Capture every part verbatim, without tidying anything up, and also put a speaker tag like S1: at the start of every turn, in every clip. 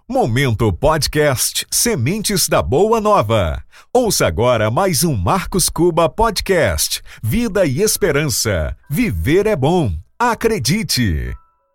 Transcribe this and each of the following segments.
S1: Momento Podcast Sementes da Boa Nova. Ouça agora mais um Marcos Cuba Podcast. Vida e esperança. Viver é bom. Acredite!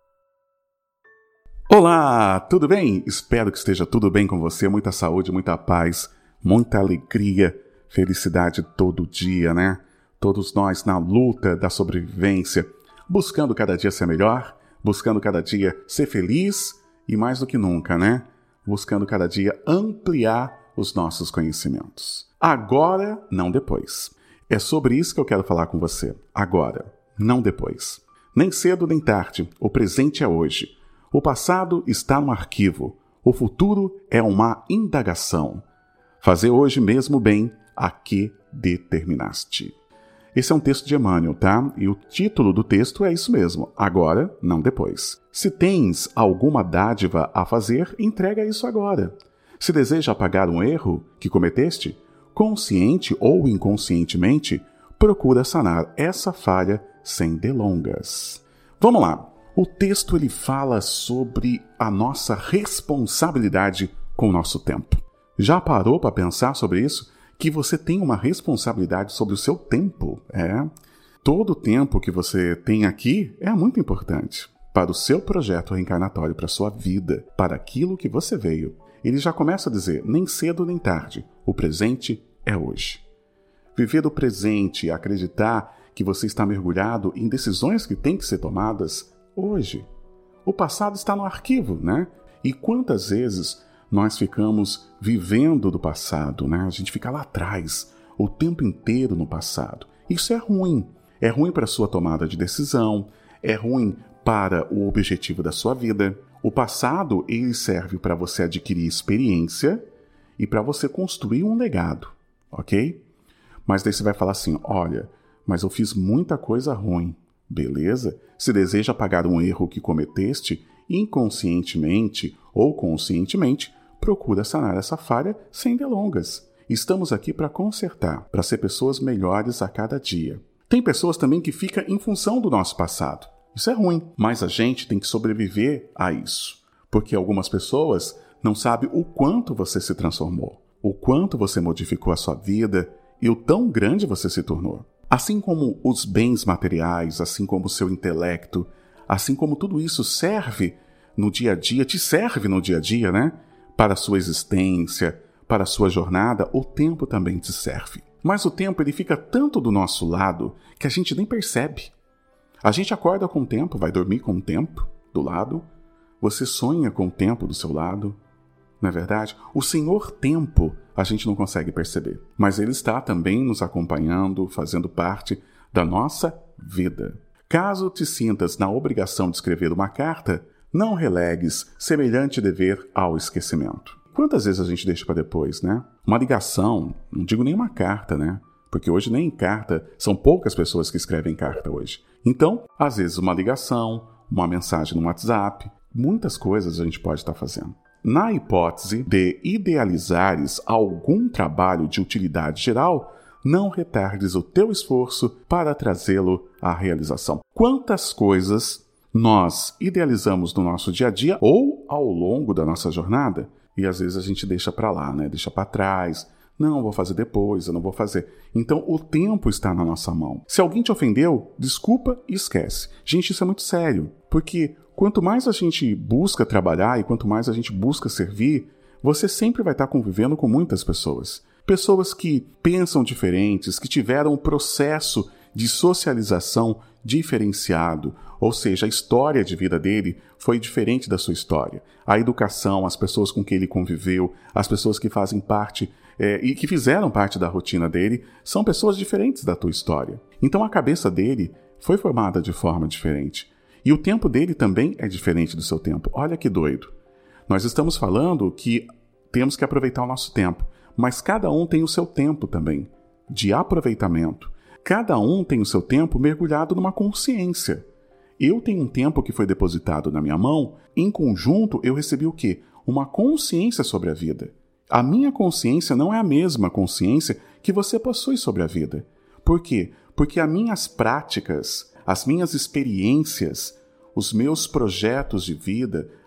S2: Olá, tudo bem? Espero que esteja tudo bem com você. Muita saúde, muita paz, muita alegria, felicidade todo dia, né? Todos nós na luta da sobrevivência, buscando cada dia ser melhor, buscando cada dia ser feliz e mais do que nunca, né? Buscando cada dia ampliar os nossos conhecimentos. Agora, não depois. É sobre isso que eu quero falar com você. Agora, não depois. Nem cedo nem tarde. O presente é hoje. O passado está no arquivo. O futuro é uma indagação. Fazer hoje mesmo bem a que determinaste. Esse é um texto de Emmanuel, tá? E o título do texto é isso mesmo. Agora, não depois. Se tens alguma dádiva a fazer, entrega isso agora. Se deseja apagar um erro que cometeste, consciente ou inconscientemente, procura sanar essa falha sem delongas. Vamos lá. O texto ele fala sobre a nossa responsabilidade com o nosso tempo. Já parou para pensar sobre isso? Que você tem uma responsabilidade sobre o seu tempo. É. Todo o tempo que você tem aqui é muito importante para o seu projeto reencarnatório, para a sua vida, para aquilo que você veio. Ele já começa a dizer, nem cedo nem tarde, o presente é hoje. Viver o presente e acreditar que você está mergulhado em decisões que têm que ser tomadas hoje. O passado está no arquivo, né? E quantas vezes nós ficamos vivendo do passado, né? A gente fica lá atrás, o tempo inteiro no passado. Isso é ruim. É ruim para a sua tomada de decisão, é ruim para o objetivo da sua vida. O passado, ele serve para você adquirir experiência e para você construir um legado, ok? Mas daí você vai falar assim, olha, mas eu fiz muita coisa ruim, beleza? Se deseja apagar um erro que cometeste, inconscientemente ou conscientemente, procura sanar essa falha sem delongas. Estamos aqui para consertar, para ser pessoas melhores a cada dia. Tem pessoas também que ficam em função do nosso passado. Isso é ruim, mas a gente tem que sobreviver a isso. Porque algumas pessoas não sabem o quanto você se transformou, o quanto você modificou a sua vida e o tão grande você se tornou. Assim como os bens materiais, assim como o seu intelecto, assim como tudo isso serve no dia a dia, te serve no dia a dia, né? Para a sua existência, para a sua jornada, o tempo também te serve. Mas o tempo ele fica tanto do nosso lado que a gente nem percebe. A gente acorda com o tempo, vai dormir com o tempo do lado, você sonha com o tempo do seu lado, não é verdade? O Senhor Tempo a gente não consegue perceber, mas Ele está também nos acompanhando, fazendo parte da nossa vida. Caso te sintas na obrigação de escrever uma carta, não relegues semelhante dever ao esquecimento. Quantas vezes a gente deixa para depois, né? Uma ligação, não digo nem uma carta, né? Porque hoje nem carta, são poucas pessoas que escrevem carta hoje. Então, às vezes uma ligação, uma mensagem no WhatsApp, muitas coisas a gente pode estar fazendo. Na hipótese de idealizares algum trabalho de utilidade geral, não retardes o teu esforço para trazê-lo à realização. Quantas coisas nós idealizamos no nosso dia a dia ou ao longo da nossa jornada e às vezes a gente deixa para lá, né? Deixa para trás. Não, vou fazer depois, eu não vou fazer. Então o tempo está na nossa mão. Se alguém te ofendeu, desculpa e esquece. Gente, isso é muito sério, porque quanto mais a gente busca trabalhar e quanto mais a gente busca servir, você sempre vai estar convivendo com muitas pessoas. Pessoas que pensam diferentes, que tiveram um processo de socialização diferenciado, ou seja, a história de vida dele foi diferente da sua história. A educação, as pessoas com quem ele conviveu, as pessoas que fazem parte é, e que fizeram parte da rotina dele, são pessoas diferentes da tua história. Então a cabeça dele foi formada de forma diferente. E o tempo dele também é diferente do seu tempo. Olha que doido. Nós estamos falando que temos que aproveitar o nosso tempo, mas cada um tem o seu tempo também, de aproveitamento. Cada um tem o seu tempo mergulhado numa consciência. Eu tenho um tempo que foi depositado na minha mão, em conjunto eu recebi o quê? Uma consciência sobre a vida. A minha consciência não é a mesma consciência que você possui sobre a vida. Por quê? Porque as minhas práticas, as minhas experiências, os meus projetos de vida,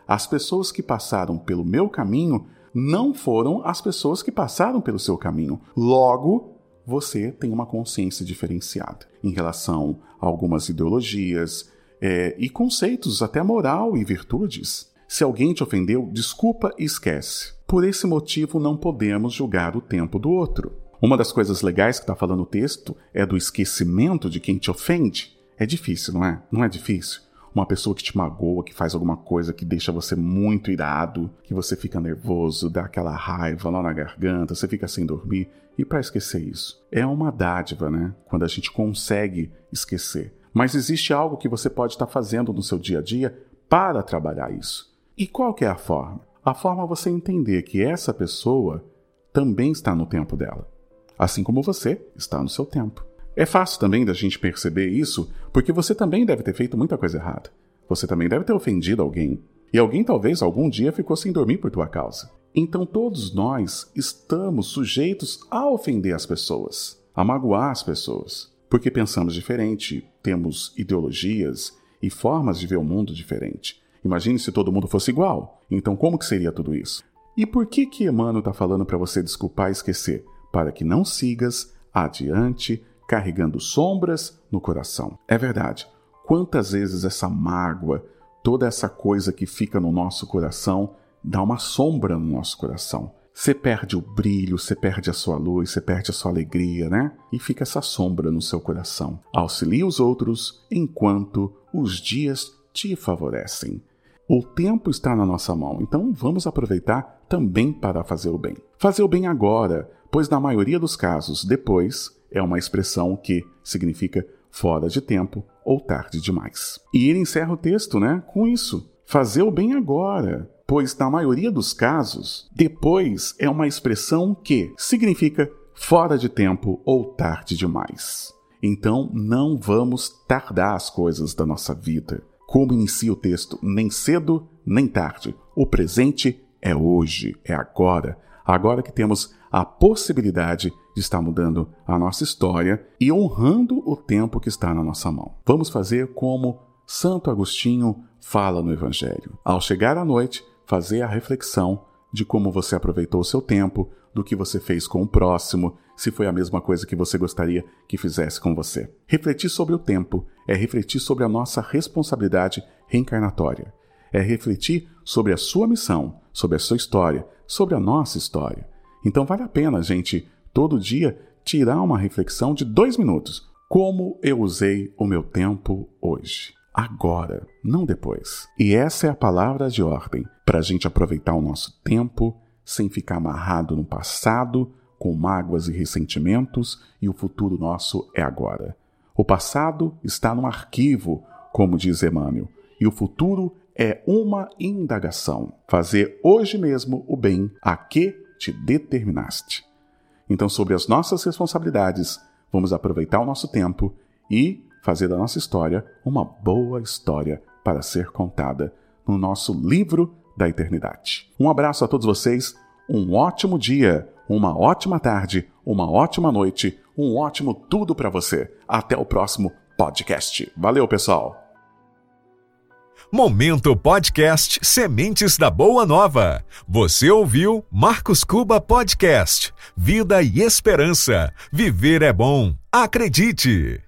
S2: As pessoas que passaram pelo meu caminho não foram as pessoas que passaram pelo seu caminho. Logo, você tem uma consciência diferenciada em relação a algumas ideologias é, e conceitos, até moral e virtudes. Se alguém te ofendeu, desculpa e esquece. Por esse motivo, não podemos julgar o tempo do outro. Uma das coisas legais que está falando o texto é do esquecimento de quem te ofende. É difícil, não é? Não é difícil? Uma pessoa que te magoa, que faz alguma coisa que deixa você muito irado, que você fica nervoso, dá aquela raiva lá na garganta, você fica sem dormir. E para esquecer isso? É uma dádiva, né? Quando a gente consegue esquecer. Mas existe algo que você pode estar fazendo no seu dia a dia para trabalhar isso. E qual que é a forma? A forma é você entender que essa pessoa também está no tempo dela. Assim como você está no seu tempo. É fácil também da gente perceber isso, porque você também deve ter feito muita coisa errada. Você também deve ter ofendido alguém. E alguém talvez algum dia ficou sem dormir por tua causa. Então todos nós estamos sujeitos a ofender as pessoas, a magoar as pessoas. Porque pensamos diferente, temos ideologias e formas de ver o mundo diferente. Imagine se todo mundo fosse igual. Então como que seria tudo isso? E por que que Emmanuel está falando para você desculpar e esquecer? Para que não sigas adiante carregando sombras no coração. É verdade. Quantas vezes essa mágoa, toda essa coisa que fica no nosso coração, dá uma sombra no nosso coração. Você perde o brilho, você perde a sua luz, você perde a sua alegria, né? E fica essa sombra no seu coração. Auxilie os outros enquanto os dias te favorecem. O tempo está na nossa mão, então vamos aproveitar também para fazer o bem. Fazer o bem agora, pois na maioria dos casos, depois, é uma expressão que significa fora de tempo ou tarde demais. E ele encerra o texto, né, com isso. Fazer o bem agora, pois na maioria dos casos, depois é uma expressão que significa fora de tempo ou tarde demais. Então não vamos tardar as coisas da nossa vida. Como inicia o texto, nem cedo, nem tarde. O presente é hoje, é agora. Agora que temos a possibilidade de estar mudando a nossa história e honrando o tempo que está na nossa mão. Vamos fazer como Santo Agostinho fala no Evangelho. Ao chegar à noite, fazer a reflexão de como você aproveitou o seu tempo, do que você fez com o próximo, se foi a mesma coisa que você gostaria que fizesse com você. Refletir sobre o tempo é refletir sobre a nossa responsabilidade reencarnatória. É refletir sobre a sua missão, sobre a sua história, sobre a nossa história. Então vale a pena a gente, todo dia, tirar uma reflexão de dois minutos. Como eu usei o meu tempo hoje? Agora, não depois. E essa é a palavra de ordem para a gente aproveitar o nosso tempo sem ficar amarrado no passado, com mágoas e ressentimentos, e o futuro nosso é agora. O passado está no arquivo, como diz Emmanuel, e o futuro é uma indagação. Fazer hoje mesmo o bem a que te determinaste. Então, sobre as nossas responsabilidades, vamos aproveitar o nosso tempo e fazer da nossa história uma boa história para ser contada no nosso livro da eternidade. Um abraço a todos vocês, um ótimo dia, uma ótima tarde, uma ótima noite, um ótimo tudo para você. Até o próximo podcast. Valeu, pessoal!
S1: Momento Podcast Sementes da Boa Nova. Você ouviu Marcos Cuba Podcast. Vida e esperança. Viver é bom. Acredite!